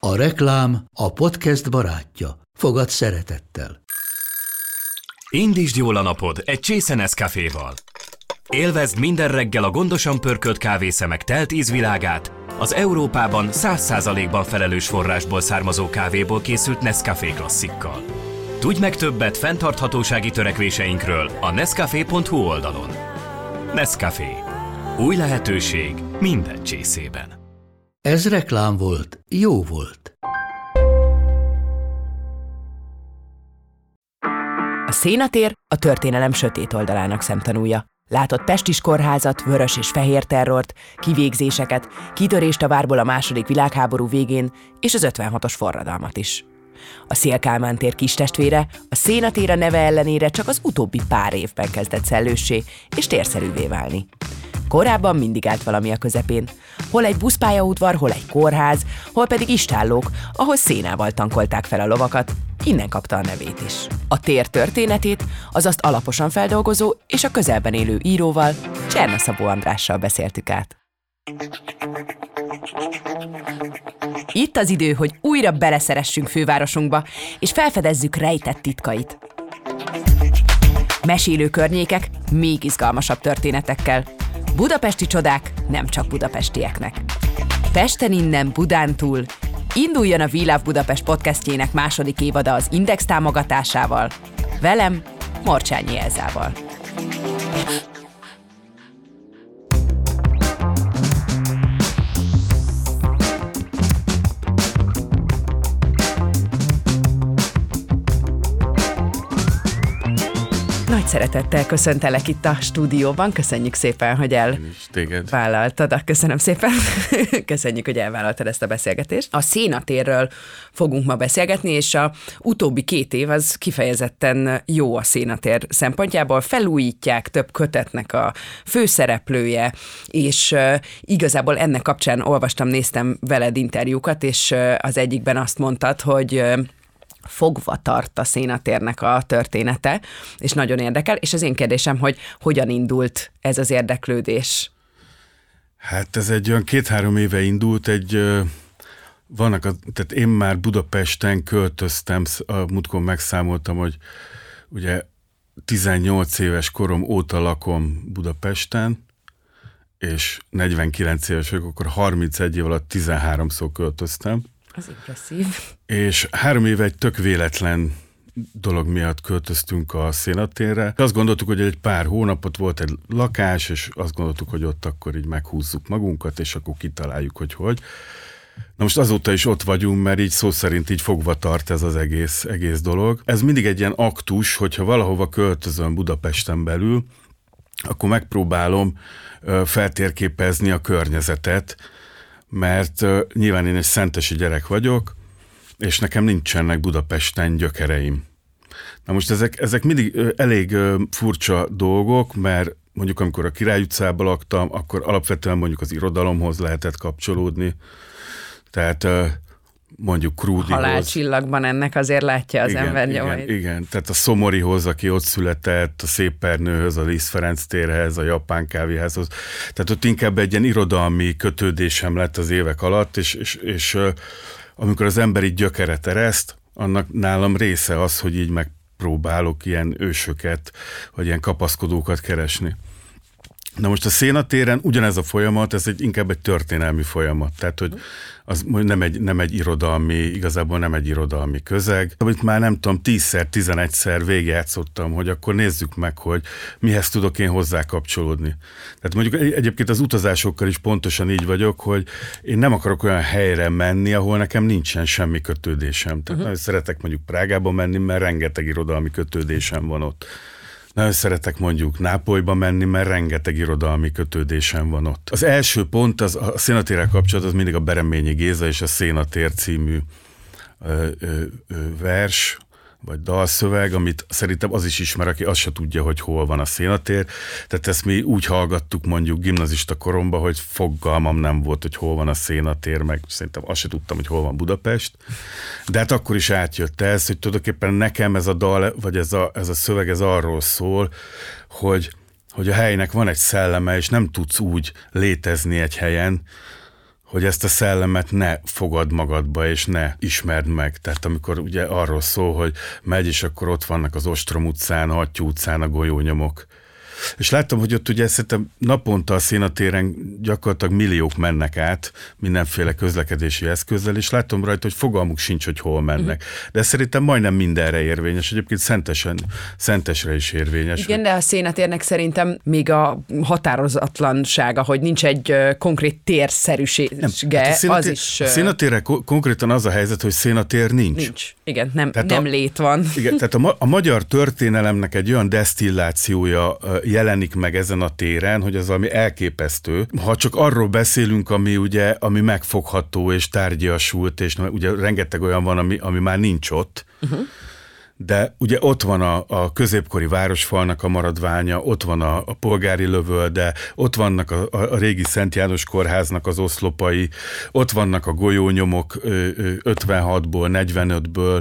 A reklám a podcast barátja. Fogad szeretettel. Indítsd jól a napod egy csésze Nescaféval. Élvezd minden reggel a gondosan pörkölt kávészemek telt ízvilágát, az Európában 100%-ban felelős forrásból származó kávéból készült Nescafé klasszikkal. Tudj meg többet fenntarthatósági törekvéseinkről a nescafé.hu oldalon. Nescafé. Új lehetőség minden csészében. Ez reklám volt, jó volt. A Szénatér a történelem sötét oldalának szemtanúja. Látott pestis kórházat, vörös és fehér terrort, kivégzéseket, kitörést a várból a második világháború végén és az 56-os forradalmat is. A Széll-Kálmán tér kistestvére a Szénatér a neve ellenére csak az utóbbi pár évben kezdett szellőssé és térszerűvé válni. Korábban mindig állt valami a közepén. Hol egy buszpályaudvar, hol egy kórház, hol pedig istállók, ahol szénával tankolták fel a lovakat. Innen kapta a nevét is. A tér történetét az azt alaposan feldolgozó és a közelben élő íróval, Cserna Szabó Andrással beszéltük át. Itt az idő, hogy újra beleszeressünk fővárosunkba, és felfedezzük rejtett titkait. Mesélő környékek még izgalmasabb történetekkel. Budapesti csodák nem csak budapestieknek. Pesten innen, Budán túl. Induljon a We Love Budapest podcastjének második évada az Index támogatásával. Velem, Morcsányi Elzával. Nagy szeretettel köszöntelek itt a stúdióban. Köszönjük szépen, hogy elvállaltad. Köszönöm szépen. Köszönjük, hogy elvállaltad ezt a beszélgetést. A Szénatérről fogunk ma beszélgetni, és a utóbbi 2 év az kifejezetten jó a Szénatér szempontjából. Felújítják, több kötetnek a főszereplője, és igazából ennek kapcsán olvastam, néztem veled interjúkat, és az egyikben azt mondtad, hogy fogva tart a Szénatérnek a története, és nagyon érdekel, és az én kérdésem, hogy hogyan indult ez az érdeklődés? Hát ez egy olyan 2-3 éve indult, tehát én már Budapesten költöztem, múltkor megszámoltam, hogy ugye 18 éves korom óta lakom Budapesten, és 49 éves vagyok, akkor 31 év alatt 13-szor költöztem. Az impresszív. És 3 éve egy tök véletlen dolog miatt költöztünk a Szénatérre. Azt gondoltuk, hogy egy pár hónapot volt egy lakás, és azt gondoltuk, hogy ott akkor így meghúzzuk magunkat, és akkor kitaláljuk, hogy. Na most azóta is ott vagyunk, mert így szó szerint így fogva tart ez az egész dolog. Ez mindig egy ilyen aktus, hogyha valahova költözöm Budapesten belül, akkor megpróbálom feltérképezni a környezetet, mert nyilván én egy szentesi gyerek vagyok, és nekem nincsenek Budapesten gyökereim. Na most ezek mindig elég furcsa dolgok, mert mondjuk amikor a Király utcában laktam, akkor alapvetően mondjuk az irodalomhoz lehetett kapcsolódni. Tehát mondjuk Krúdihoz. Halálcsillagban ennek azért látja az ember nyomait. Igen, tehát a Szomorihoz, aki ott született, a Szépernőhöz, a Liszt Ferenc térhez, a Japán kávéházhoz. Tehát ott inkább egy ilyen irodalmi kötődésem lett az évek alatt, és amikor az ember így gyökeret ereszt, annak nálam része az, hogy így megpróbálok ilyen ősöket, vagy ilyen kapaszkodókat keresni. Na most a Szénatéren ugyanez a folyamat, ez inkább egy történelmi folyamat, tehát hogy az nem egy irodalmi, igazából nem egy irodalmi közeg. Amit már nem tudom, 10-szer, 11-szer végigjátszottam, hogy akkor nézzük meg, hogy mihez tudok én hozzá kapcsolódni. Tehát mondjuk egyébként az utazásokkal is pontosan így vagyok, hogy én nem akarok olyan helyre menni, ahol nekem nincsen semmi kötődésem. Tehát nagyon szeretek mondjuk Prágába menni, mert rengeteg irodalmi kötődésem van ott. Nagyon szeretek mondjuk Nápolyba menni, mert rengeteg irodalmi kötődésem van ott. Az első pont, az a Szénatérrel kapcsolat, az mindig a Bereményi Géza és a Szénatér című vers, vagy dalszöveg, amit szerintem az is ismer, aki azt se tudja, hogy hol van a Szénatér. Tehát ezt mi úgy hallgattuk mondjuk gimnazista koromban, hogy fogalmam nem volt, hogy hol van a Szénatér, meg szerintem azt se tudtam, hogy hol van Budapest. De hát akkor is átjött ez, hogy tulajdonképpen nekem ez a dal, vagy ez a szöveg, ez arról szól, hogy a helynek van egy szelleme, és nem tudsz úgy létezni egy helyen, hogy ezt a szellemet ne fogad magadba, és ne ismerd meg. Tehát amikor ugye arról szól, hogy megy, és akkor ott vannak az Ostrom utcán, a Hattyú utcán a golyónyomok. És láttam, hogy ott ugye szerintem naponta a Szénatéren gyakorlatilag milliók mennek át mindenféle közlekedési eszközzel, és látom rajta, hogy fogalmuk sincs, hogy hol mennek. De szerintem majdnem mindenre érvényes, egyébként Szentesre is érvényes. Igen, de a Szénatérnek szerintem még a határozatlansága, hogy nincs egy konkrét térszerűsége, az is... A Szénatérre konkrétan az a helyzet, hogy Szénatér nincs. Igen, nem lét van. Igen, tehát a magyar történelemnek egy olyan desztillációja jelenik meg ezen a téren, hogy az valami elképesztő. Ha csak arról beszélünk, ami megfogható és tárgyasult, és ugye rengeteg olyan van, ami már nincs ott, de ugye ott van a középkori városfalnak a maradványa, ott van a polgári lövölde, ott vannak a régi Szent János kórháznak az oszlopai, ott vannak a golyónyomok 56-ból, 45-ből,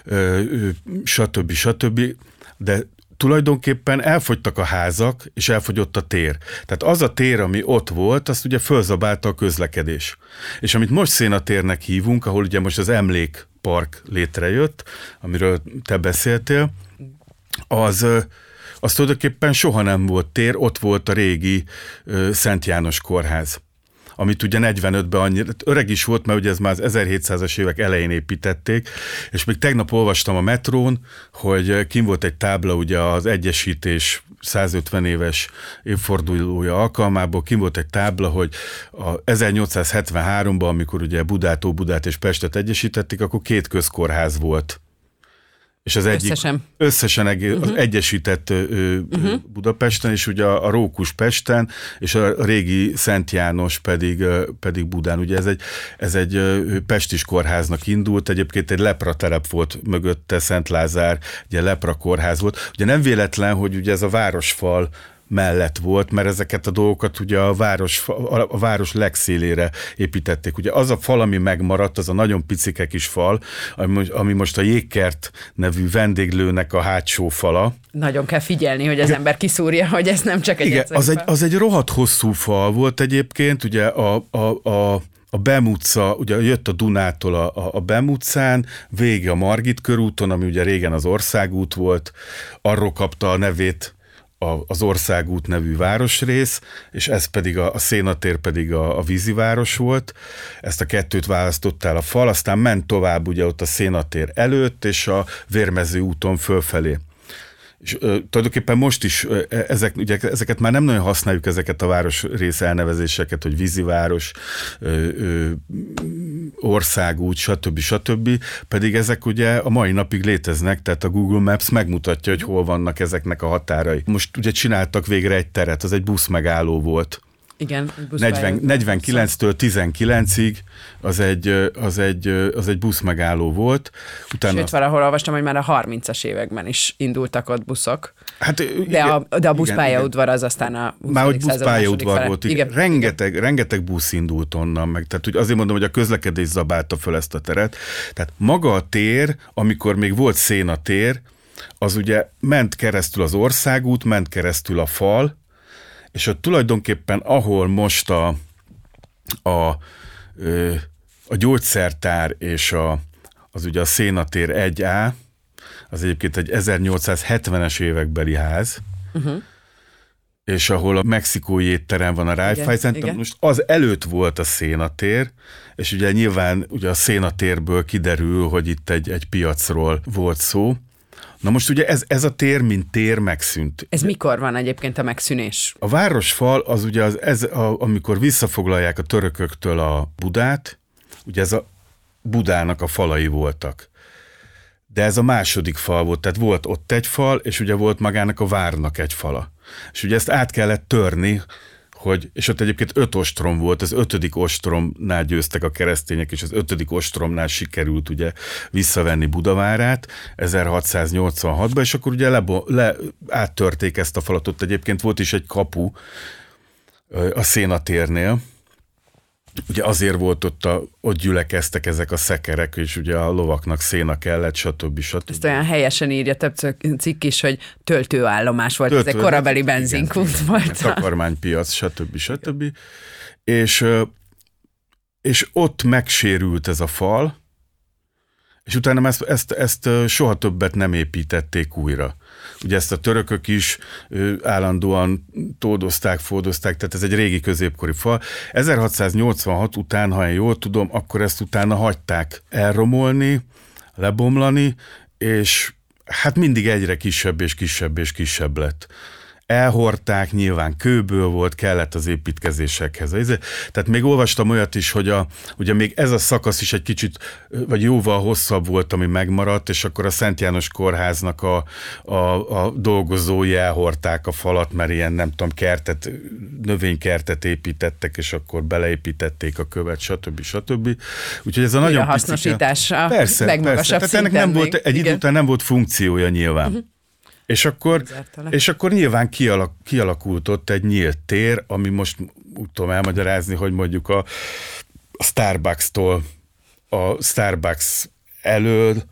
stb. De tulajdonképpen elfogytak a házak, és elfogyott a tér. Tehát az a tér, ami ott volt, azt ugye fölzabálta a közlekedés. És amit most Szénatérnek hívunk, ahol ugye most az emlékpark létrejött, amiről te beszéltél, az tulajdonképpen soha nem volt tér, ott volt a régi Szent János kórház, amit ugye 45-ben annyira, öreg is volt, mert ugye ez már az 1700-as évek elején építették, és még tegnap olvastam a metrón, hogy kint volt egy tábla ugye az Egyesítés 150 éves évfordulója alkalmából, kint volt egy tábla, hogy 1873-ban, amikor ugye Budát, Óbudát és Pestet egyesítették, akkor 2 közkórház volt. És az összesen az egyesített Budapesten, és ugye a Rókus Pesten, és a régi Szent János pedig Budán. Ugye ez egy pestis kórháznak indult, egyébként egy lepraterep volt mögötte, Szent Lázár, ugye leprakórház volt. Ugye nem véletlen, hogy ugye ez a városfal mellett volt, mert ezeket a dolgokat ugye a város legszélére építették. Ugye az a fal, ami megmaradt, az a nagyon picike kis fal, ami most a Jégkert nevű vendéglőnek a hátsó fala. Nagyon kell figyelni, hogy az ember kiszúrja, hogy ez nem csak egy igen, az egy rohadt hosszú fal volt egyébként, ugye a Bem utca, ugye jött a Dunától a Bem utcán, vége a Margit körúton, ami ugye régen az Országút volt, arról kapta a nevét az Országút nevű városrész, és ez pedig a Szénatér pedig a víziváros volt. Ezt a kettőt választottál a fal, aztán ment tovább ugye ott a Szénatér előtt, és a Vérmező úton fölfelé. És tulajdonképpen most is ezeket már nem nagyon használjuk, ezeket a városrész elnevezéseket, hogy víziváros, országút, stb. Pedig ezek ugye a mai napig léteznek, tehát a Google Maps megmutatja, hogy hol vannak ezeknek a határai. Most ugye csináltak végre egy teret, az egy buszmegálló volt. Igen, 49-től 19-ig az egy buszmegálló volt. Utána... Sőt, valahol olvastam, hogy már a 30-as években is indultak ott buszok. Hát, de a buszpályaudvar az aztán a 20. Már hogy buszpályaudvar volt, igen. Rengeteg busz indult onnan meg. Tehát azért mondom, hogy a közlekedés zabálta föl ezt a teret. Tehát maga a tér, amikor még volt Szénatér, az ugye ment keresztül az Országút, ment keresztül a fal, és ott tulajdonképpen, ahol most a gyógyszertár és az ugye a Szénatér 1A, az egyébként egy 1870-es évekbeli ház, és ahol a mexikói étterem van, a Raiffeisen, most az előtt volt a Szénatér, és ugye nyilván ugye a Szénatérből kiderül, hogy itt egy piacról volt szó. Na most ugye ez a tér, mint tér megszűnt. Ez mikor van egyébként a megszűnés? A városfal az ugye amikor visszafoglalják a törököktől a Budát, ugye ez a Budának a falai voltak. De ez a második fal volt, tehát volt ott egy fal, és ugye volt magának a várnak egy fala. És ugye ezt át kellett törni, és ott egyébként 5 ostrom volt, az 5. ostromnál győztek a keresztények, és az 5. ostromnál sikerült ugye visszavenni Budavárát 1686-ban, és akkor ugye áttörték ezt a falat. Ott egyébként volt is egy kapu a Szénatérnél, ugye azért volt ott gyülekeztek ezek a szekerek, és ugye a lovaknak széna kellett, stb. Ezt olyan helyesen írja több cikk is, hogy töltőállomás volt, ez egy korabeli benzinkút volt. Takarmánypiac, stb. És és ott megsérült ez a fal, és utána ezt soha többet nem építették újra. Ugye ezt a törökök is állandóan tódozták, fódozták, tehát ez egy régi középkori fal. 1686 után, ha én jól tudom, akkor ezt utána hagyták elromolni, lebomlani, és hát mindig egyre kisebb és kisebb és kisebb lett. Elhordták, nyilván kőből volt, kellett az építkezésekhez. Tehát még olvastam olyat is, hogy ugye még ez a szakasz is egy kicsit, vagy jóval hosszabb volt, ami megmaradt, és akkor a Szent János Kórháznak a dolgozói elhordták a falat, mert ilyen, nem tudom, növénykertet építettek, és akkor beleépítették a követ, stb. Úgyhogy ez a nagyon hasznosítása persze, legmagasabb tehát ennek nem volt, egy idő után nem volt funkciója nyilván. És akkor nyilván kialakult ott egy nyílt tér, ami most úgy tudom elmagyarázni, hogy mondjuk a Starbucks-tól a Starbucks elől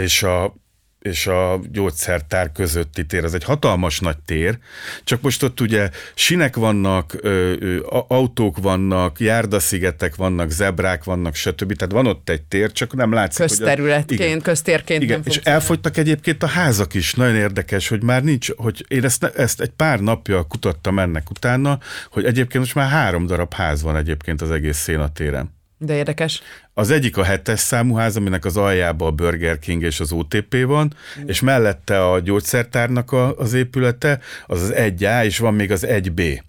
és a gyógyszertár közötti tér. Ez egy hatalmas nagy tér, csak most ott ugye sinek vannak, autók vannak, járdaszigetek vannak, zebrák vannak, stb. Tehát van ott egy tér, csak nem látszik, közterületként, köztérként igen, nem és elfogytak egyébként a házak is. Nagyon érdekes, hogy már nincs, hogy én ezt egy pár napja kutattam ennek utána, hogy egyébként most már 3 darab ház van egyébként az egész Szénatéren. De érdekes. Az egyik a 7-es számú ház, aminek az aljában a Burger King és az OTP van, és mellette a gyógyszertárnak az épülete, az 1A, és van még az 1B.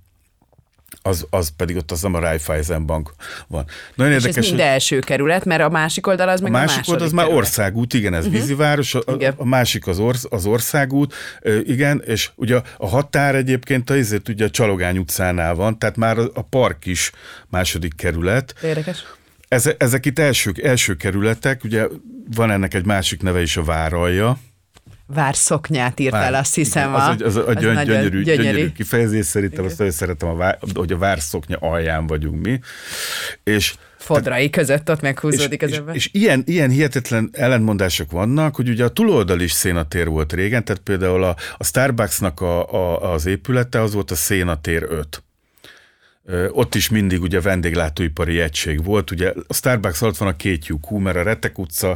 Az pedig ott az a Raiffeisen Bank van. Nagyon és érdekes, ez mind első kerület, mert a másik oldal az meg a második oldal az kerület. már országút, igen, ez víziváros, a másik az országút, igen, és ugye a határ egyébként ugye a Csalogány utcánál van, tehát már a park is második kerület. Érdekes. Ezek itt első kerületek, ugye van ennek egy másik neve is, a Váralja. Várszoknyát írt el, azt hiszem. Az a gyönyörű kifejezés, szerintem azt nagyon szeretem, hogy a várszoknya alján vagyunk mi. És Fodrai között ott meghúzódik az ebben. És ilyen hihetetlen ellentmondások vannak, hogy ugye a túloldal is Szénatér volt régen, tehát például a Starbucksnak az épülete, az volt a Szénatér 5. Ott is mindig ugye vendéglátóipari egység volt, ugye a Starbucks alatt van a 2 lyukú, mert a Retek utca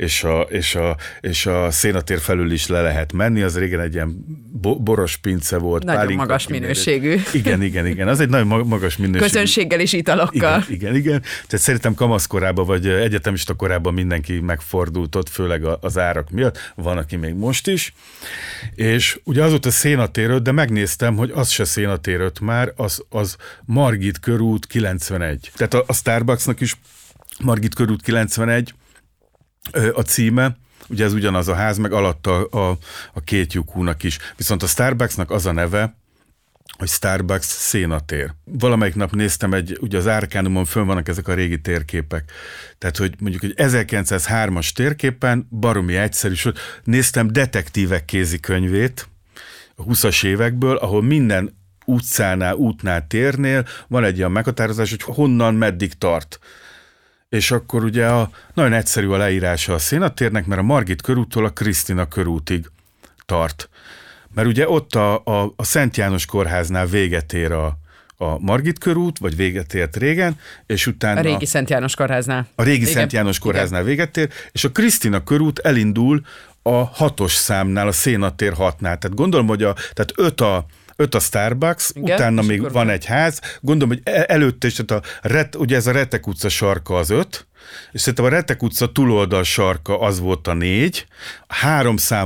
és a Szénatér felül is le lehet menni, az régen egy ilyen boros pince volt. Nagyon magas minőségű. Igen, az egy nagyon magas minőségű. Közönséggel és italokkal. Igen. Tehát szerintem kamaszkorában vagy egyetemista korában mindenki megfordult ott, főleg az árak miatt, van, aki még most is. És ugye az volt a Szénatér 5, de megnéztem, hogy az se Szénatér 5 már, az Margit körút 91. Tehát a Starbucksnak is Margit körút 91 a címe, ugye ez ugyanaz a ház, meg alatta a 2 lyukúnak is. Viszont a Starbucksnak az a neve, hogy Starbucks Szénatér. Valamelyik nap néztem ugye az Arkánumon fönn vannak ezek a régi térképek. Tehát, hogy mondjuk egy 1903-as térképen baromi egyszerű, néztem detektívek kézikönyvét a 20-as évekből, ahol minden utcánál, útnál, térnél van egy ilyen meghatározás, hogy honnan, meddig tart. És akkor ugye nagyon egyszerű a leírása a Szénatérnek, mert a Margit körúttól a Krisztina körútig tart. Mert ugye ott a Szent János Kórháznál véget ér a Margit körút, vagy véget ért régen, és utána... A régi Szent János Kórháznál. A régi Szent János Kórháznál véget ér, és a Krisztina körút elindul a 6-os számnál, a Szénatér 6-nál. Tehát gondolom, hogy tehát 5 a Starbucks, igen, utána még van egy ház, gondolom, hogy előtte is, tehát ugye ez a Retek utca sarka az 5, és szerintem a Retek utca túloldal sarka az volt a 4, 3 szám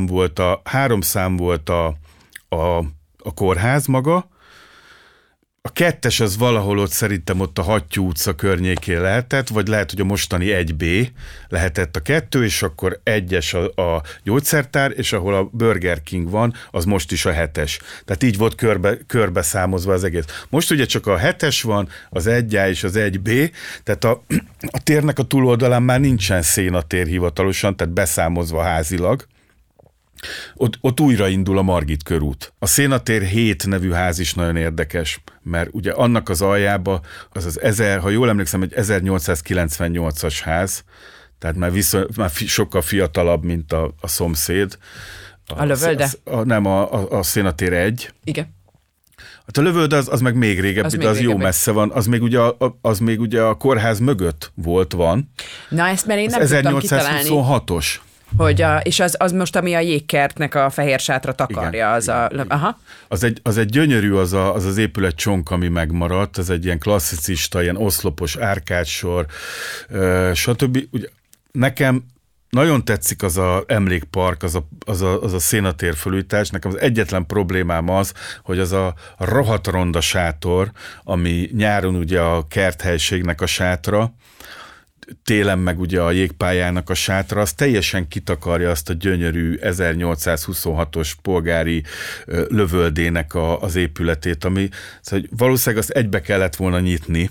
volt a kórház maga, a 2-es az valahol ott szerintem ott a Hattyú utca környékén lehetett, vagy lehet, hogy a mostani 1B lehetett a 2, és akkor 1-es a gyógyszertár, és ahol a Burger King van, az most is a 7-es. Tehát így volt körbe számozva az egész. Most ugye csak a 7-es van, az 1A és az 1B, tehát a térnek a túloldalán már nincsen Szénatér hivatalosan, tehát beszámozva házilag. Ott újraindul a Margit körút. A Szénatér 7 nevű ház is nagyon érdekes, mert ugye annak az aljába, ha jól emlékszem, egy 1898-as ház, tehát már sokkal fiatalabb, mint a szomszéd. A Lövölde? Nem, a Szénatér 1. Igen. Hát a Lövölde az meg még régebbi, de az jó messze van. Az még ugye a kórház mögött van. Na ezt mert én nem tudtam kitalálni. 1826-os. És az most, ami a jégkertnek a fehér sátra takarja. Aha. Az egy gyönyörű, az épület csonk, ami megmaradt, ez egy ilyen klasszicista, ilyen oszlopos árkádsor, stb. Ugye, nekem nagyon tetszik az a emlékpark, az a szénatér felújítás. Nekem az egyetlen problémám az, hogy az a rohadt ronda sátor, ami nyáron ugye a kerthelyiségnek a sátra, télen meg ugye a jégpályának a sátra, az teljesen kitakarja azt a gyönyörű 1826-os polgári lövöldének az épületét, ami szóval valószínűleg azt egybe kellett volna nyitni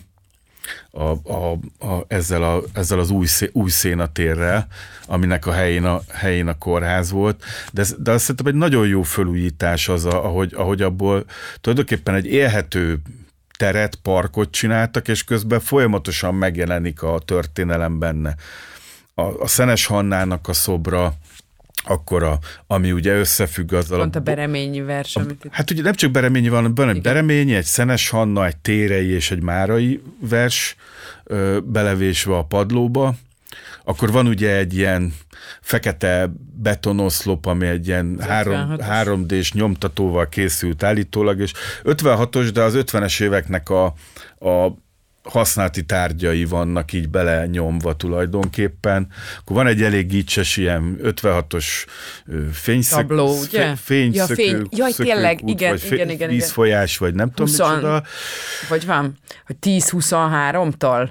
ezzel az új szénatérrel, aminek a helyén a kórház volt, de azt szerintem egy nagyon jó felújítás az, ahogy abból tulajdonképpen egy élhető teret, parkot csináltak, és közben folyamatosan megjelenik a történelem benne. A Szenes Hannának a szobra, akkora, ami ugye összefügg azzal. Pont a Bereményi vers. Hát ugye nem csak Bereményi van, hanem egy Bereményi, egy Szenes Hanna, egy Térei és egy Márai vers belevésve a padlóba. Akkor van ugye egy ilyen fekete betonoszlop, ami egy ilyen 3D-s nyomtatóval készült állítólag, és 56-os, de az 50-es éveknek a használati tárgyai vannak így belenyomva tulajdonképpen. Akkor van egy elég gicses ilyen 56-os fényszökő, igen, vízfolyás, vagy nem tudom micsoda. Vagy van, hogy 10-23-tól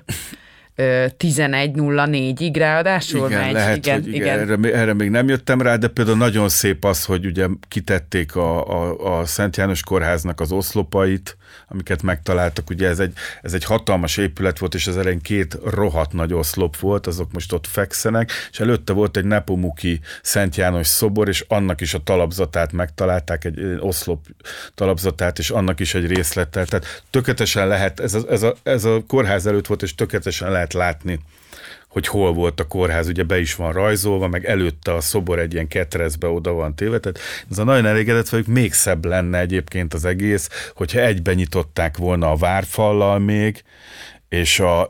11.04-ig ráadásul igen, megy. Lehet, hogy erre még nem jöttem rá, de például nagyon szép az, hogy ugye kitették a Szent János Kórháznak az oszlopait, amiket megtaláltak. Ugye ez egy hatalmas épület volt, és az elején 2 rohadt nagy oszlop volt, azok most ott fekszenek, és előtte volt egy Nepomuki Szent János szobor, és annak is a talapzatát megtalálták, egy oszlop talapzatát, és annak is egy részlettel. Tehát tökéletesen lehet, ez a kórház előtt volt, és tökéletesen lehet látni, hogy hol volt a kórház, ugye be is van rajzolva, meg előtte a szobor egy ilyen ketrezbe oda van téve, tehát ez a nagyon elégedett vagyok, még szebb lenne egyébként az egész, hogyha egyben nyitották volna a várfallal még, és a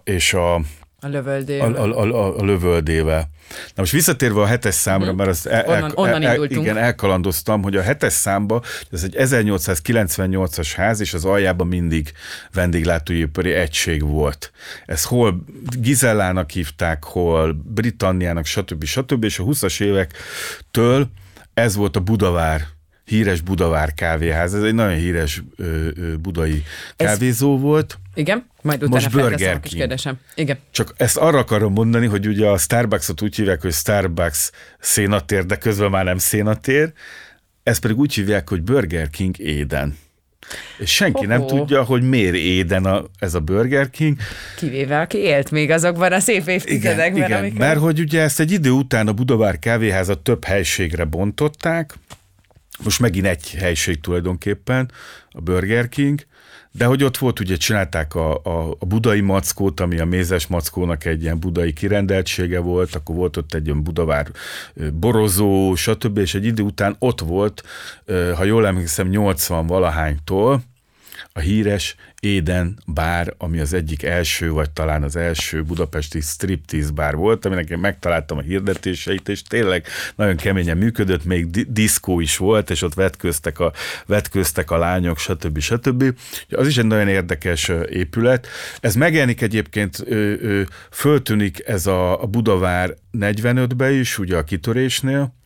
lövöldével. Na most visszatérve a 7-es számra, mert azt elkalandoztam, hogy a 7-es számba, ez egy 1898-as ház, és az aljában mindig vendéglátóipari egység volt. Ez hol Gizellának hívták, hol Britanniának, stb. És a 20-as évektől ez volt a Budavár, híres Budavár kávéház. Ez egy nagyon híres budai kávézó volt. Igen, majd utána felteszem a kis kérdésem. Igen. Csak ezt arra akarom mondani, hogy ugye a Starbucksot úgy hívják, hogy Starbucks szénatér, de közben már nem szénatér. Ezt pedig úgy hívják, hogy Burger King Éden. És senki nem tudja, hogy miért Éden ez a Burger King. Kivéve, aki élt még azokban a szép évtizedekben. Igen, mert hogy ugye ezt egy idő után a Budavár kávéházat több helységre bontották, most megint egy helység tulajdonképpen, a Burger King, de hogy ott volt, ugye csinálták a budai mackót, ami a mézes mackónak egy ilyen budai kirendeltsége volt, akkor volt ott egy olyan Budavár borozó, stb. És egy idő után ott volt, ha jól emlékszem, 80-valahánytól a híres Éden bár, ami az egyik első, vagy talán az első budapesti striptease bár volt, aminek én megtaláltam a hirdetéseit, és tényleg nagyon keményen működött, még diszkó is volt, és ott vetköztek a lányok, stb. Az is egy nagyon érdekes épület. Ez megjelenik egyébként, föltűnik ez a Budavár 45-be is, ugye a kitörésnél,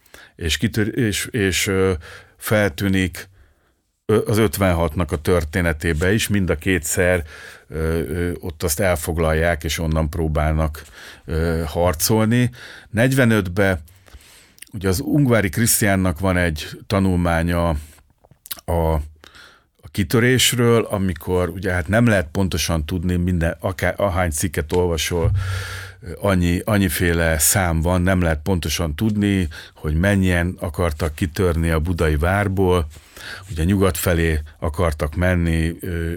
és feltűnik az 56-nak a történetébe is, mind a kétszer ott azt elfoglalják, és onnan próbálnak harcolni. 45-ben ugye az Ungvári Krisztiánnak van egy tanulmánya a kitörésről, amikor ugye hát nem lehet pontosan tudni, ahány cikket olvasol, annyiféle szám van, nem lehet pontosan tudni, hogy mennyien akartak kitörni a budai várból. Ugye nyugat felé akartak menni,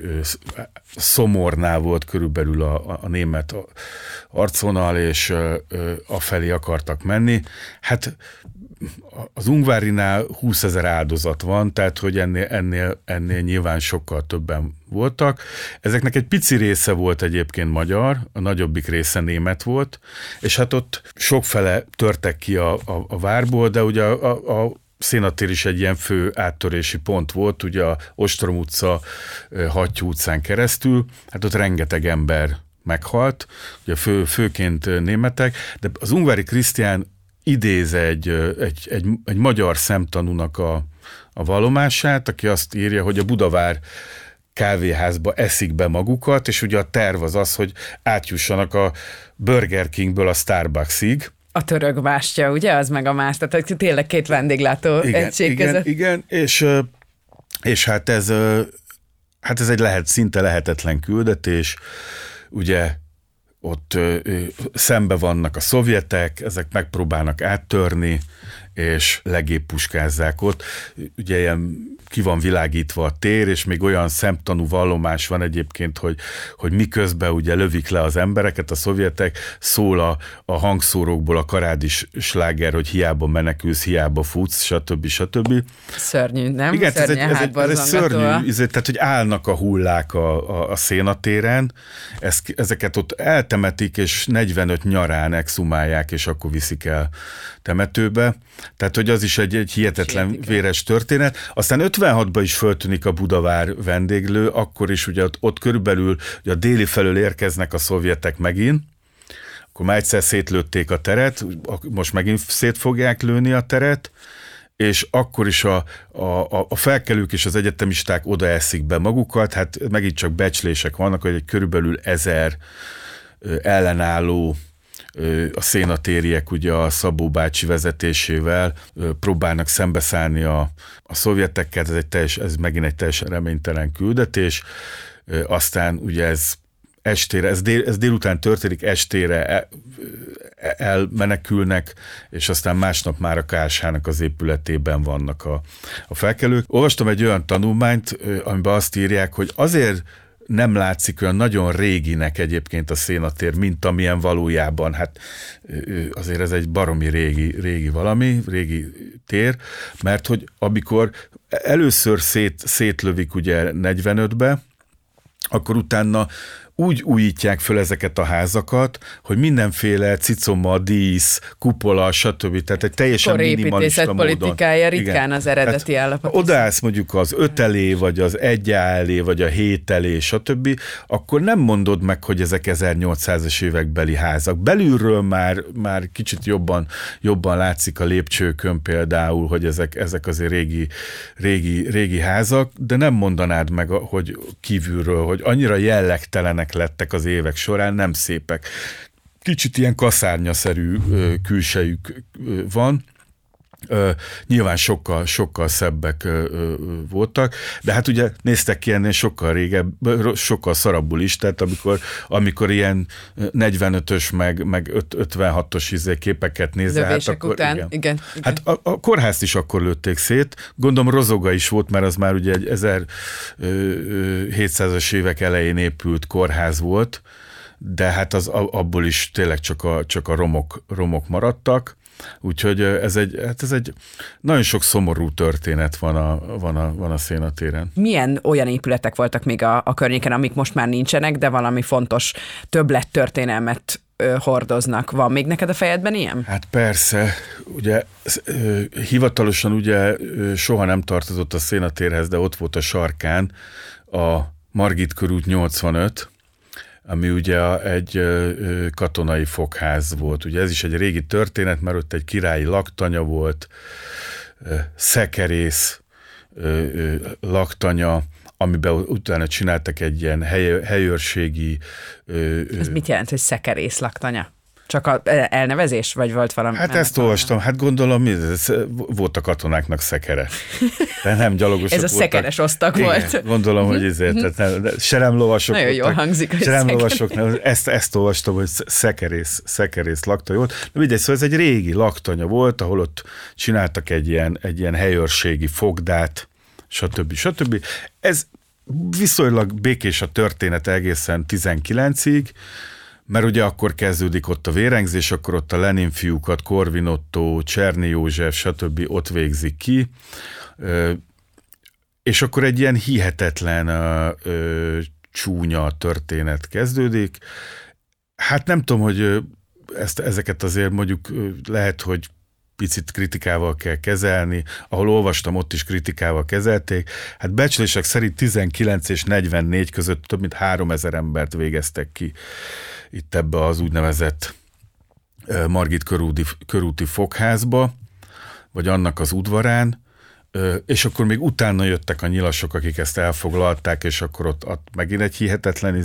Szomornál volt körülbelül a német arcvonal, és afelé akartak menni. Hát az Ungvárinál 20 000 áldozat van, tehát hogy ennél nyilván sokkal többen voltak. Ezeknek egy pici része volt egyébként magyar, a nagyobbik része német volt, és hát ott sokfele törtek ki a várból, de ugye a Szénatér is egy ilyen fő áttörési pont volt, ugye a Ostrom utca, Hattyú utcán keresztül, hát ott rengeteg ember meghalt, ugye főként németek, de az Ungvári Krisztián idéz egy magyar szemtanúnak a vallomását, aki azt írja, hogy a Budavár kávéházba eszik be magukat, és ugye a terv az, hogy átjussanak a Burger Kingből a Starbucksig. A török bástya, ugye? Az meg a más, tehát tényleg két vendéglátó egység között. Igen, és hát ez egy szinte lehetetlen küldetés, ugye ott szembe vannak a szovjetek, ezek megpróbálnak áttörni, és legéppuskázzák ott. Ugye ilyen ki van világítva a tér, és még olyan szemtanú vallomás van egyébként, hogy miközben ugye lövik le az embereket, a szovjetek, szól a hangszórókból a karádi sláger, hogy hiába menekülsz, hiába futsz, stb. Szörnyű, nem? Igen, ez egy szörnyű, tehát hogy állnak a hullák a Szénatéren, ezeket ott eltemetik, és 45 nyarán exhumálják, és akkor viszik el temetőbe. Tehát, hogy az is egy hihetetlen véres történet. Aztán 56-ban is föltűnik a Budavár vendéglő, akkor is ugye ott körülbelül ugye a déli felől érkeznek a szovjetek megint, akkor már egyszer szétlőtték a teret, most megint szét fogják lőni a teret, és akkor is a felkelők és az egyetemisták odaeszik be magukat, hát megint csak becslések vannak, hogy egy körülbelül 1000 ellenálló a szénatériek ugye a Szabó bácsi vezetésével próbálnak szembeszállni a szovjetekkel, ez megint egy teljesen reménytelen küldetés. Aztán ugye ez délután történik, estére elmenekülnek, és aztán másnap már a KSH-nak az épületében vannak a felkelők. Olvastam egy olyan tanulmányt, amiben azt írják, hogy azért nem látszik olyan nagyon réginek egyébként a Szénatér, mint amilyen valójában, hát azért ez egy baromi régi tér, mert hogy amikor először szétlövik ugye 45-be, akkor úgy újítják föl ezeket a házakat, hogy mindenféle cicoma, dísz, kupola, stb. Tehát egy teljesen minimalista módon. Politikája ritkán az eredeti állapot. Odaállsz mondjuk az 5 elé, vagy az 1 elé, vagy a 7 elé, stb., akkor nem mondod meg, hogy ezek 1800-as évekbeli házak. Belülről már kicsit jobban látszik a lépcsőkön például, hogy ezek azért régi házak, de nem mondanád meg, hogy kívülről, hogy annyira jellegtelenek lettek az évek során, nem szépek. Kicsit ilyen kaszárnyaszerű külsejük van. Nyilván sokkal szebbek voltak, de hát ugye néztek ki ennél sokkal szarabbul is, tehát amikor ilyen 45-ös meg 56-os17-képeket nézze, hát akkor után, igen. Hát a kórházt is akkor lőtték szét, gondolom Rozoga is volt, mert az már ugye egy 1700-as évek elején épült kórház volt, de hát abból is tényleg csak a romok maradtak. Úgyhogy ez egy nagyon sok szomorú történet van a Szénatéren. Milyen olyan épületek voltak még a környéken, amik most már nincsenek, de valami fontos többlettörténelmet hordoznak? Van még neked a fejedben ilyen? Hát persze, ugye hivatalosan ugye soha nem tartozott a Szénatérhez, de ott volt a sarkán a Margit körút 85, ami ugye egy katonai fogház volt. Ugye ez is egy régi történet, mert ott egy királyi laktanya volt, szekerész laktanya, amiben utána csináltak egy ilyen helyőrségi... Ez mit jelent, hogy szekerész laktanya? Csak a elnevezés, vagy volt valami? Hát ezt olvastam, hát gondolom, volt a katonáknak szekere. De nem gyalogosok voltak. Ez a szekeres osztag volt. Gondolom, hogy ezért. Seremlovasok nagyon jól hangzik, hogy seremlovasok, ezt olvastam, hogy szekerész laktanya volt. De mindegy, szóval ez egy régi laktanya volt, ahol ott csináltak egy ilyen helyőrségi fogdát, stb. Ez viszonylag békés a történet egészen 19-ig, mert ugye akkor kezdődik ott a vérengzés, akkor ott a Lenin fiúkat, Korvin Otto, Cserny József, stb. Ott végzik ki, és akkor egy ilyen hihetetlen csúnya történet kezdődik. Hát nem tudom, hogy ezeket azért mondjuk lehet, hogy picit kritikával kell kezelni, ahol olvastam, ott is kritikával kezelték. Hát becslések szerint 19 és 44 között több mint 3000 embert végeztek ki itt ebbe az úgynevezett Margit körúti fogházba, vagy annak az udvarán, és akkor még utána jöttek a nyilasok, akik ezt elfoglalták, és akkor ott megint egy hihetetlen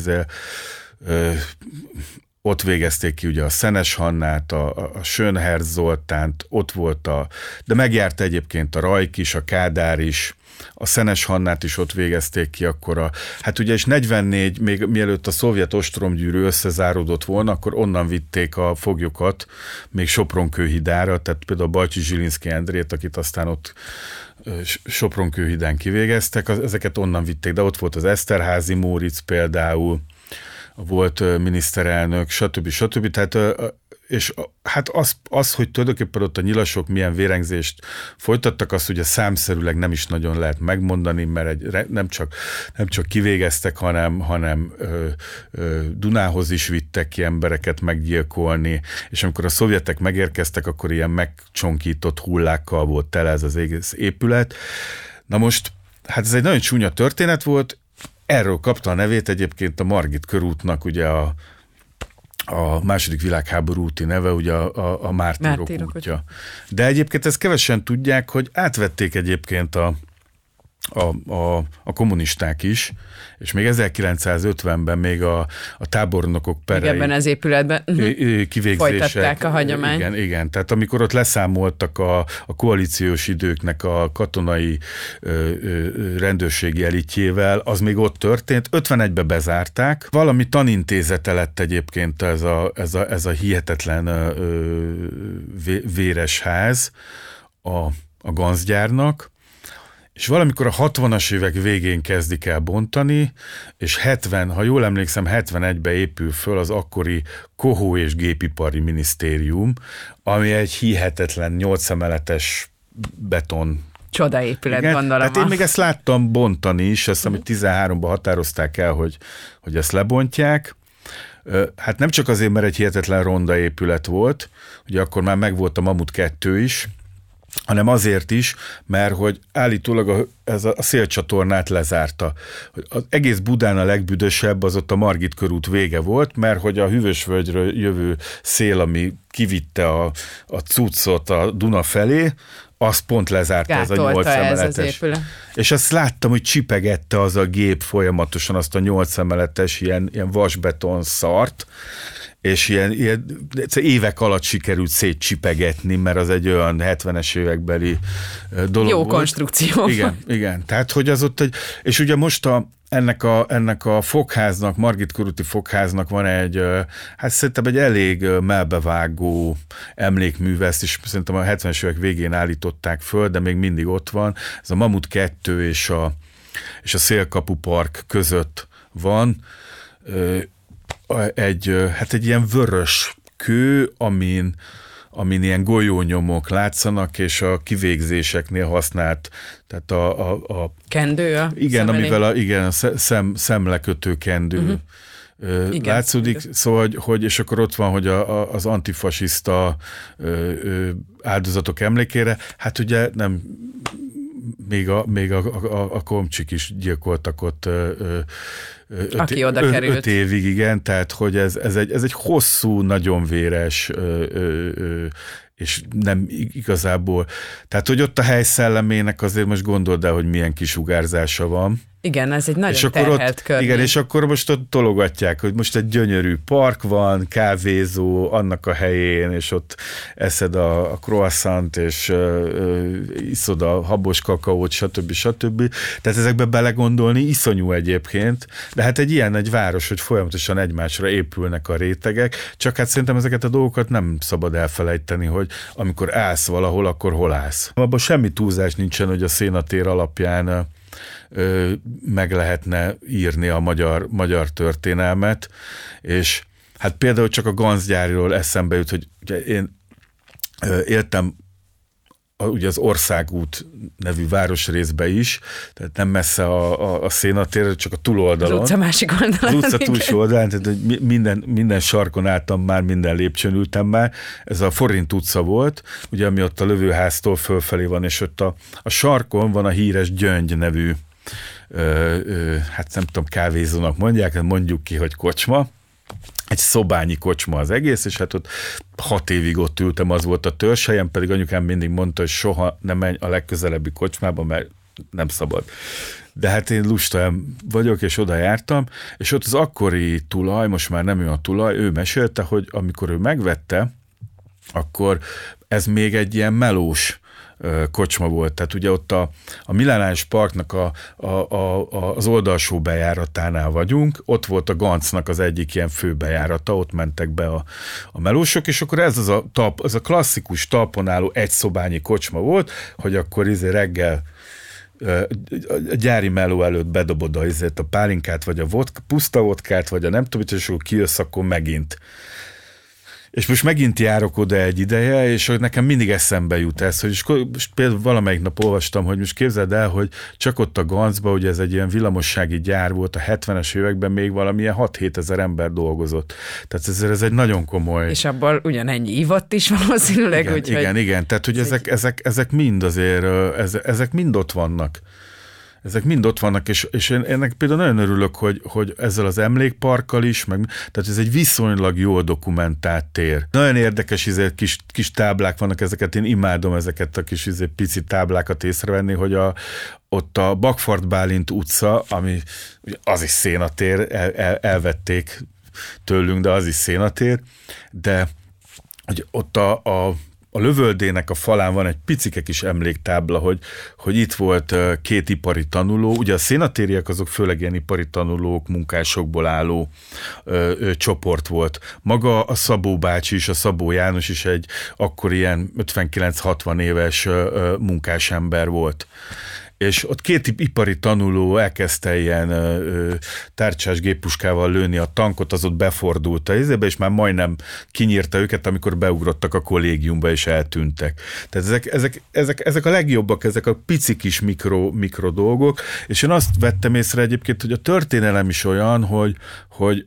ott végezték ki ugye a Szenes Hannát, a Schönherz Zoltánt, ott volt de megjárt egyébként a Rajk is, a Kádár is, a Szenes Hannát is ott végezték ki akkor hát ugye és 44, még mielőtt a szovjet ostromgyűrű összezáródott volna, akkor onnan vitték a foglyokat még Sopronkőhidára, tehát például Bajcsi Zsilinszky Endrét, akit aztán ott Sopronkőhidán kivégeztek, ezeket onnan vitték, de ott volt az Eszterházy Móricz például, volt miniszterelnök, stb. Tehát, és hát az, hogy tulajdonképpen ott a nyilasok milyen vérengzést folytattak, azt ugye számszerűleg nem is nagyon lehet megmondani, mert nem csak kivégeztek, hanem Dunához is vittek ki embereket meggyilkolni, és amikor a szovjetek megérkeztek, akkor ilyen megcsonkított hullákkal volt tele ez az egész épület. Na most, hát ez egy nagyon csúnya történet volt. Erről kapta a nevét egyébként a Margit körútnak, ugye a második világháború úti neve, ugye a Mártírok útja. De egyébként ezt kevesen tudják, hogy átvették egyébként a kommunisták is, és még 1950-ben még a tábornokok perei ebben az épületben folytatták a hagyományt. Igen, tehát amikor ott leszámoltak a koalíciós időknek a katonai rendőrségi elitjével, az még ott történt. 51-ben bezárták. Valami tanintézete lett egyébként ez a hihetetlen véres ház a Ganzgyárnak, és valamikor a 60-as évek végén kezdik el bontani, és ha jól emlékszem, 71-ben épül föl az akkori Kohó és Gépipari Minisztérium, ami egy hihetetlen 8 emeletes beton csodaépület, gondolom. Tehát én még ezt láttam bontani is, azt amit 13-ban határozták el, hogy ezt lebontják. Hát nem csak azért, mert egy hihetetlen ronda épület volt, ugye akkor már megvolt a Mamut 2 is, hanem azért is, mert hogy állítólag ez a szélcsatornát lezárta. Az egész Budán a legbüdösebb az ott a Margit körút vége volt, mert hogy a Hűvösvölgyről jövő szél, ami kivitte a cuccot a Duna felé, az pont lezárta ez a 8 emeletes. És azt láttam, hogy csipegette az a gép folyamatosan azt a 8 emeletes ilyen vasbeton szart, és ilyen évek alatt sikerült szétcsipegetni, mert az egy olyan 70-es évekbeli dolog jó volt. Konstrukció. Igen. Tehát, hogy az ott és ugye most ennek a fogháznak, Margit körúti fogháznak van hát szerintem egy elég melbevágó emlékműve, ezt is szerintem a 70-es évek végén állították föl, de még mindig ott van. Ez a Mamut 2 és a Szélkapu Park között van. Egy ilyen vörös kő, amin ilyen golyónyomok látszanak, és a kivégzéseknél használt, tehát a kendő? Igen, amivel a szemlekötő kendő látszódik, szóval, hogy és akkor ott van, hogy az antifasiszta áldozatok emlékére, hát ugye nem még a komcsik is gyilkoltak ott aki oda került. 5 évig, igen, tehát hogy ez egy hosszú, nagyon véres és nem igazából, tehát hogy ott a hely szellemének azért most gondold el, hogy milyen kisugárzása van. Igen, ez egy nagyon terhelt környék. Igen, és akkor most ott tologatják, hogy most egy gyönyörű park van, kávézó annak a helyén, és ott eszed a croissant, és iszod a habos kakaót, stb. Tehát ezekbe belegondolni iszonyú egyébként, de hát egy város, hogy folyamatosan egymásra épülnek a rétegek, csak hát szerintem ezeket a dolgokat nem szabad elfelejteni, hogy amikor állsz valahol, akkor hol állsz. Abban semmi túlzás nincsen, hogy a Szénatér alapján meg lehetne írni a magyar történelmet, és Hát például csak a Ganzgyárról eszembe jut, hogy ugye én éltem ugye az Országút nevű városrészbe is, tehát nem messze a Szénatér, csak a túloldalon. Az utca másik oldalon. Az utca túlsó oldalán, tehát minden sarkon álltam már, minden lépcsőn ültem már. Ez a Forint utca volt, ugye ami ott a lövőháztól fölfelé van, és ott a sarkon van a híres Gyöngy nevű, hát nem tudom, kávézónak mondjuk ki, hogy kocsma. Egy szobányi kocsma az egész, és hát ott 6 évig ott ültem, az volt a törzshelyem, pedig anyukám mindig mondta, hogy soha nem menj a legközelebbi kocsmába, mert nem szabad. De hát én lusta vagyok, és oda jártam, és ott az akkori tulaj, most már nem ő a tulaj, ő mesélte, hogy amikor ő megvette, akkor ez még egy ilyen melós kocsma volt. Tehát ugye ott a Milánás Parknak az oldalsó bejáratánál vagyunk, ott volt a Gancnak az egyik ilyen főbejárata, ott mentek be a melósok, és akkor ez a klasszikus talpon álló egyszobányi kocsma volt, hogy akkor reggel a gyári meló előtt bedobod a pálinkát, vagy a puszta vodkát, vagy a nem tudom, és akkor kijössz, akkor megint. És most megint járok oda egy ideje, és hogy nekem mindig eszembe jut ez, hogy most például valamelyik nap olvastam, hogy most képzeld el, hogy csak ott a Gancban, ugye ez egy ilyen villamossági gyár volt, a 70-es években még valamilyen 6-7 ezer ember dolgozott. Tehát ez egy nagyon komoly... És abból ugyanennyi ivott is valószínűleg. Igen. Tehát, hogy ezek mind azért, ezek mind ott vannak. Ezek mind ott vannak, és én ennek például nagyon örülök, hogy ezzel az emlékparkkal is, tehát ez egy viszonylag jól dokumentált tér. Nagyon érdekes kis táblák vannak, ezeket én imádom, ezeket a kis pici táblákat észrevenni, hogy ott a Bakfart Bálint utca, ami az is szénatér, elvették tőlünk, de az is szénatér, de hogy ott a lövöldének a falán van egy picike kis emléktábla, hogy itt volt 2 ipari tanuló, ugye a szénatériek azok főleg ilyen ipari tanulók, munkásokból álló csoport volt. Maga a Szabó bácsi is, a Szabó János is egy akkor ilyen 59-60 éves munkásember volt. És ott 2 ipari tanuló elkezdte ilyen tárcsás géppuskával lőni a tankot, az ott befordult a izébe, és már majdnem kinyírta őket, amikor beugrottak a kollégiumba, és eltűntek. Tehát ezek a legjobbak, ezek a pici kis mikro dolgok, és én azt vettem észre egyébként, hogy a történelem is olyan, hogy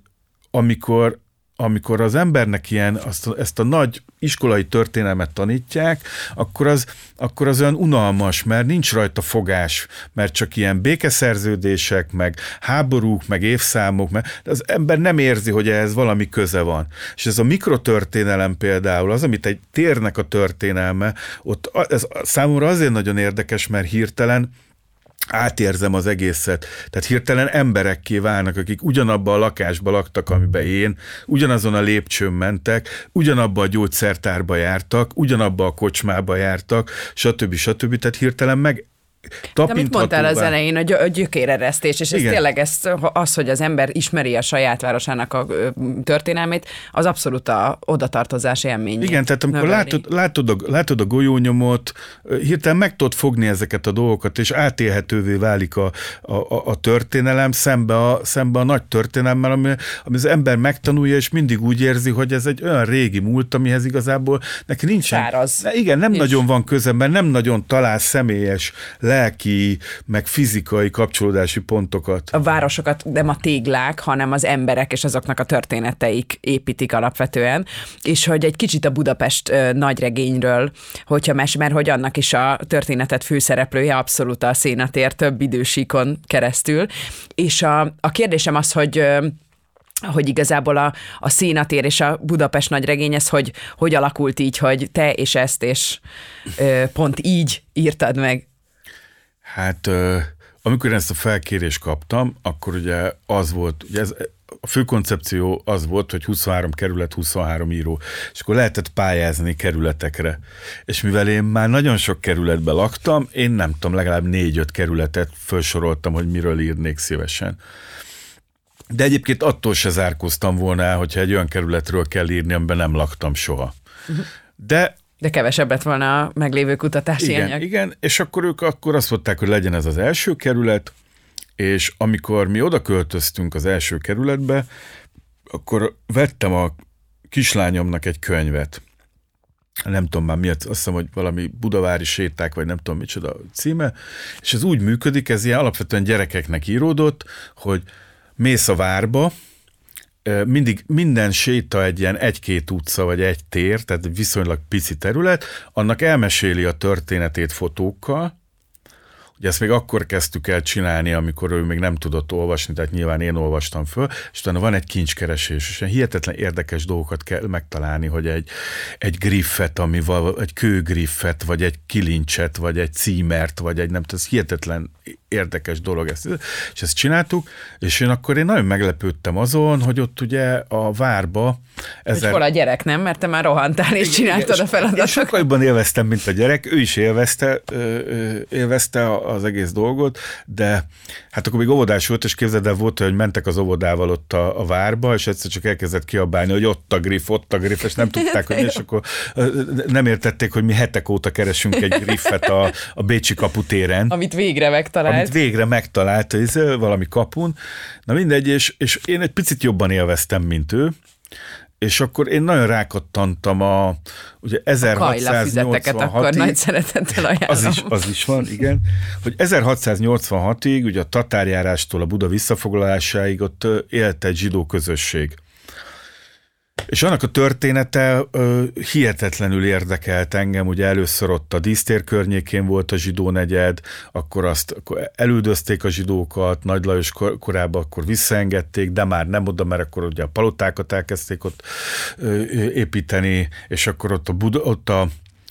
amikor az embernek ezt a nagy iskolai történelmet tanítják, akkor az olyan unalmas, mert nincs rajta fogás, mert csak ilyen békeszerződések, meg háborúk, meg évszámok, de az ember nem érzi, hogy ehhez valami köze van. És ez a mikrotörténelem például, az, amit egy térnek a történelme, ott ez számomra azért nagyon érdekes, mert hirtelen átérzem az egészet. Tehát hirtelen emberekké válnak, akik ugyanabba a lakásba laktak, amiben én, ugyanazon a lépcsőn mentek, ugyanabba a gyógyszertárba jártak, ugyanabba a kocsmába jártak, stb. Tehát hirtelen de amit mondtál az elején, a gyökéreresztés, és ez tényleg az, hogy az ember ismeri a saját városának a történelmét, az abszolút a odatartozás élmény. Igen, tehát amikor látod a golyónyomot, hirtelen meg tudod fogni ezeket a dolgokat, és átélhetővé válik a történelem szembe a nagy történelemmel, ami az ember megtanulja, és mindig úgy érzi, hogy ez egy olyan régi múlt, amihez igazából neki nincsen. Száraz. Igen, nem nagyon van köze, mert nem nagyon talál személyes lelki, meg fizikai kapcsolódási pontokat. A városokat nem a téglák, hanem az emberek és azoknak a történeteik építik alapvetően, és hogy egy kicsit a Budapest nagyregényről, hogyha mert hogy annak is a történetet főszereplője abszolút a szénatér több idősíkon keresztül, és a kérdésem az, hogy igazából a szénatér és a Budapest nagyregény, ez hogy alakult így, hogy te és ezt, és pont így írtad meg? Hát, amikor ezt a felkérést kaptam, akkor ugye az volt, ugye a fő koncepció az volt, hogy 23 kerület, 23 író, és akkor lehetett pályázni kerületekre. És mivel én már nagyon sok kerületben laktam, én nem tudom, legalább 4-5 kerületet felsoroltam, hogy miről írnék szívesen. De egyébként attól se zárkóztam volna el, hogyha egy olyan kerületről kell írni, amiben nem laktam soha. De kevesebb lett volna a meglévő kutatási anyag. Igen, és akkor ők azt mondták, hogy legyen ez az első kerület, és amikor mi oda költöztünk az első kerületbe, akkor vettem a kislányomnak egy könyvet, nem tudom már miatt, azt hiszem, hogy valami budavári séták, vagy nem tudom micsoda címe, és ez úgy működik, ez ilyen alapvetően gyerekeknek íródott, hogy mész a várba, minden séta egy ilyen 1-2 utca, vagy egy tér, tehát viszonylag pici terület, annak elmeséli a történetét fotókkal. Ugye ezt még akkor kezdtük el csinálni, amikor ő még nem tudott olvasni, tehát nyilván én olvastam föl, és utána van egy kincskeresés, és hihetetlen érdekes dolgokat kell megtalálni, hogy egy griffet, egy kőgriffet, vagy egy kilincset, vagy egy címert, vagy egy nem tudom, ez hihetetlen érdekes dolog ezt. És ezt csináltuk, és én nagyon meglepődtem azon, hogy ott ugye a várba... Hogy hol a gyerek, nem? Mert te már rohantál és csináltad a feladatot. Én sokkal jobban élveztem, mint a gyerek, ő is élvezte az egész dolgot, de hát akkor még óvodás volt, és képzeld el, volt, hogy mentek az óvodával ott a várba, és egyszer csak elkezdett kiabálni, hogy ott a griff, és nem tudták, hogy és akkor nem értették, hogy mi hetek óta keresünk egy griffet a Bécsi kaputéren. Amit végre megtalált. Valami kapun. Na mindegy, és én egy picit jobban élveztem, mint ő, és akkor én nagyon rákattantam ugye 1686-ig, akkor nagy szeretettel ajánlom. Az is van, igen, hogy 1686-ig, ugye a tatárjárástól a Buda visszafoglalásáig ott élt egy zsidó közösség. És annak a története hihetetlenül érdekelt engem, ugye először ott a Dísztér környékén volt a zsidó negyed, akkor elüldözték a zsidókat, Nagy Lajos korában akkor visszaengedték, de már nem oda, mert akkor ugye a palotákat elkezdték ott építeni, és akkor ott a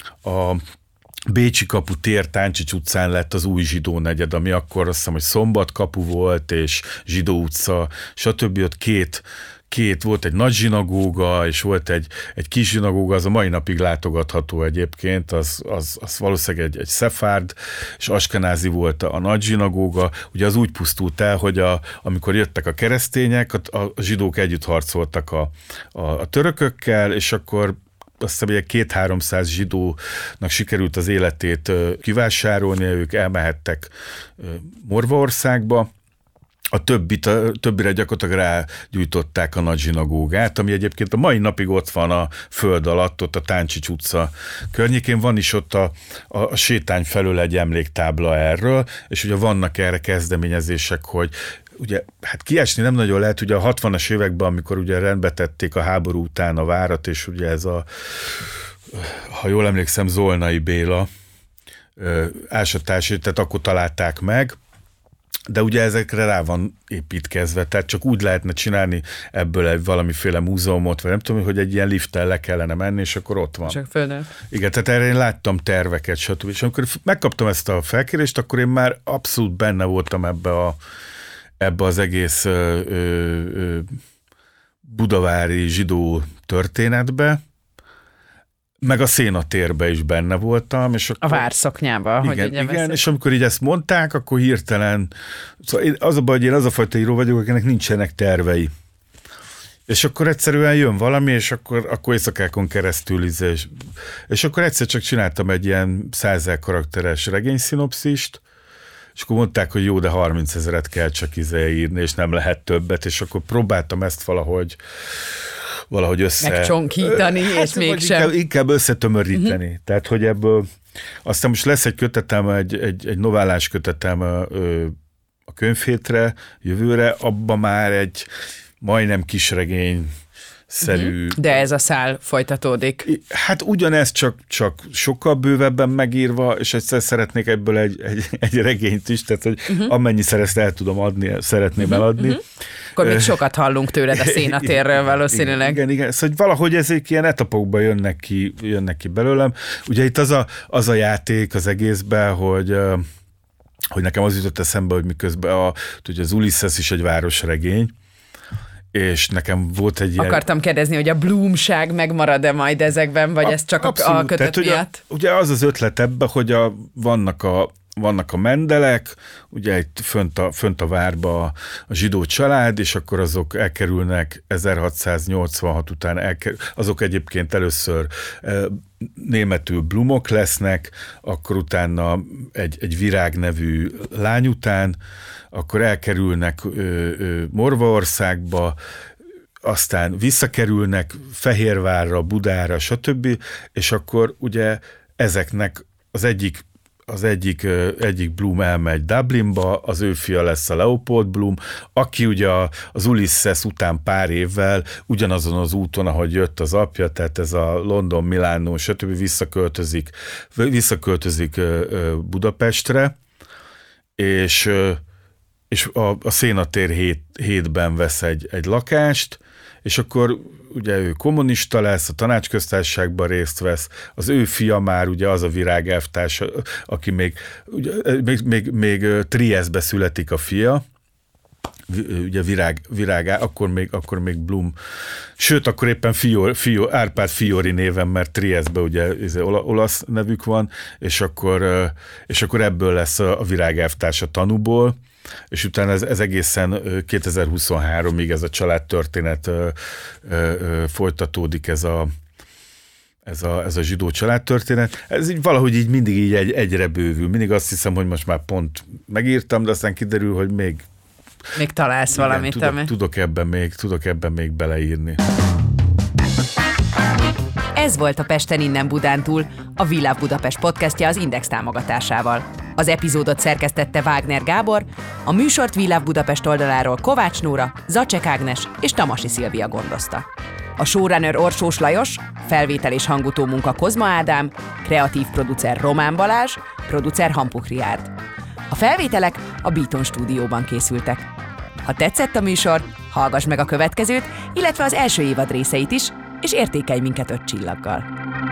Bécsi kapu tér Táncsics utcán lett az új zsidó negyed, ami akkor azt hiszem, hogy Szombatkapu volt, és Zsidó utca, stb. Ott volt egy nagy zsinagóga, és volt egy kis zsinagóga, az a mai napig látogatható egyébként, az valószínűleg egy szefárd, és askenázi volt a nagy zsinagóga. Ugye az úgy pusztult el, hogy amikor jöttek a keresztények, a zsidók együtt harcoltak a törökökkel, és akkor azt hiszem, hogy 200-300 zsidónak sikerült az életét kivásárolni, ők elmehettek Morvaországba. A többire gyakorlatilag rágyújtották a nagy zsinagógát, ami egyébként a mai napig ott van a föld alatt, ott a Táncsics utca környékén. Van is ott a sétány felől egy emléktábla erről, és ugye vannak erre kezdeményezések, hogy ugye, hát kiesni nem nagyon lehet, ugye a 60-as években, amikor ugye rendbe tették a háború után a várat, és ugye ez ha jól emlékszem, Zolnai Béla ásatási, tehát akkor találták meg, de ugye ezekre rá van építkezve, tehát csak úgy lehetne csinálni ebből valamiféle múzeumot, vagy nem tudom, hogy egy ilyen lifttel le kellene menni, és akkor ott van. Csak földön. Igen, tehát erre én láttam terveket, stb. És amikor megkaptam ezt a felkérést, akkor én már abszolút benne voltam ebbe az egész budavári zsidó történetbe, meg a Szénatérbe is benne voltam. És akkor, a várszoknyába, igen, és amikor így ezt mondták, akkor hirtelen, szóval az a baj, hogy én az a fajta író vagyok, akinek nincsenek tervei. És akkor egyszerűen jön valami, és akkor éjszakákon keresztül és akkor egyszer csak csináltam egy ilyen 100 000 karakteres regényszinopszist, és akkor mondták, hogy jó, de 30 000 kell csak írni, és nem lehet többet, és akkor próbáltam ezt valahogy megcsonkítani, és mégsem. Inkább összetömöríteni. Tehát, hogy ebből aztán most lesz egy kötetem, egy novellás kötetem a Könyvhétre jövőre, abban már egy majdnem kisregény szerű. De ez a szál folytatódik. Hát ugyanez, csak sokkal bővebben megírva, és egyszer szeretnék ebből egy regényt is, tehát hogy amennyiszer ezt el tudom adni, szeretném eladni. Akkor még sokat hallunk tőled a Szénatérről valószínűleg. Igen. Szóval valahogy ezek ilyen etapokban jönnek ki belőlem. Ugye itt az a játék az egészben, hogy nekem az jutott eszembe, hogy miközben ugye az Ulysses is egy városregény, és nekem volt egy ilyen... Akartam kérdezni, hogy a blúmság megmarad-e majd ezekben, vagy ez csak a kötet miatt? Ugye az az ötlet ebben, hogy vannak a mendelek, ugye itt fönt a várba a zsidó család, és akkor azok elkerülnek 1686 után, azok egyébként először németül Blumok lesznek, akkor utána egy Virág nevű lány után, akkor elkerülnek Morvaországba, aztán visszakerülnek Fehérvárra, Budára, stb., és akkor ugye ezeknek az egyik Bloom elmegy Dublinba, az ő fia lesz a Leopold Bloom, aki ugye az Ulysses után pár évvel ugyanazon az úton, ahogy jött az apja, tehát ez a London, Milánó, stb. Visszaköltözik Budapestre, és a Szénatér 7-ben vesz egy lakást, és akkor ugye ő kommunista lesz, a Tanácsköztársaságban részt vesz, az ő fia már ugye az a Virág elvtárs, aki még Triesztbe születik a fia, ugye Virág, akkor még Bloom, sőt, akkor éppen Árpád Fiori néven, mert Triesztbe ugye olasz nevük van, és akkor ebből lesz a Virág elvtárs a Tanúból, és utána ez egészen 2023-ig ez a családtörténet folytatódik, ez a zsidó családtörténet. Ez így valahogy így mindig így egyre bővül. Mindig azt hiszem, hogy most már pont megírtam, de aztán kiderül, hogy még találsz valamit. Tudok ebben még beleírni. Ez volt a Pesten innen Budántúl, a We Love Budapest podcastja az Index támogatásával. Az epizódot szerkesztette Wagner Gábor, a műsort We Love Budapest oldaláról Kovács Nóra, Zacsek Ágnes és Tamasi Szilvia gondozta. A showrunner Orsós Lajos, felvétel és hangutó munka Kozma Ádám, kreatív producer Román Balázs, producer Hampuk Riárd. A felvételek a Beaton stúdióban készültek. Ha tetszett a műsor, hallgass meg a következőt, illetve az első évad részeit is, és értékelj minket 5 csillaggal.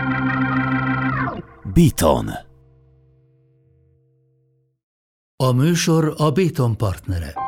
Beaton. A műsor a Beaton partnere.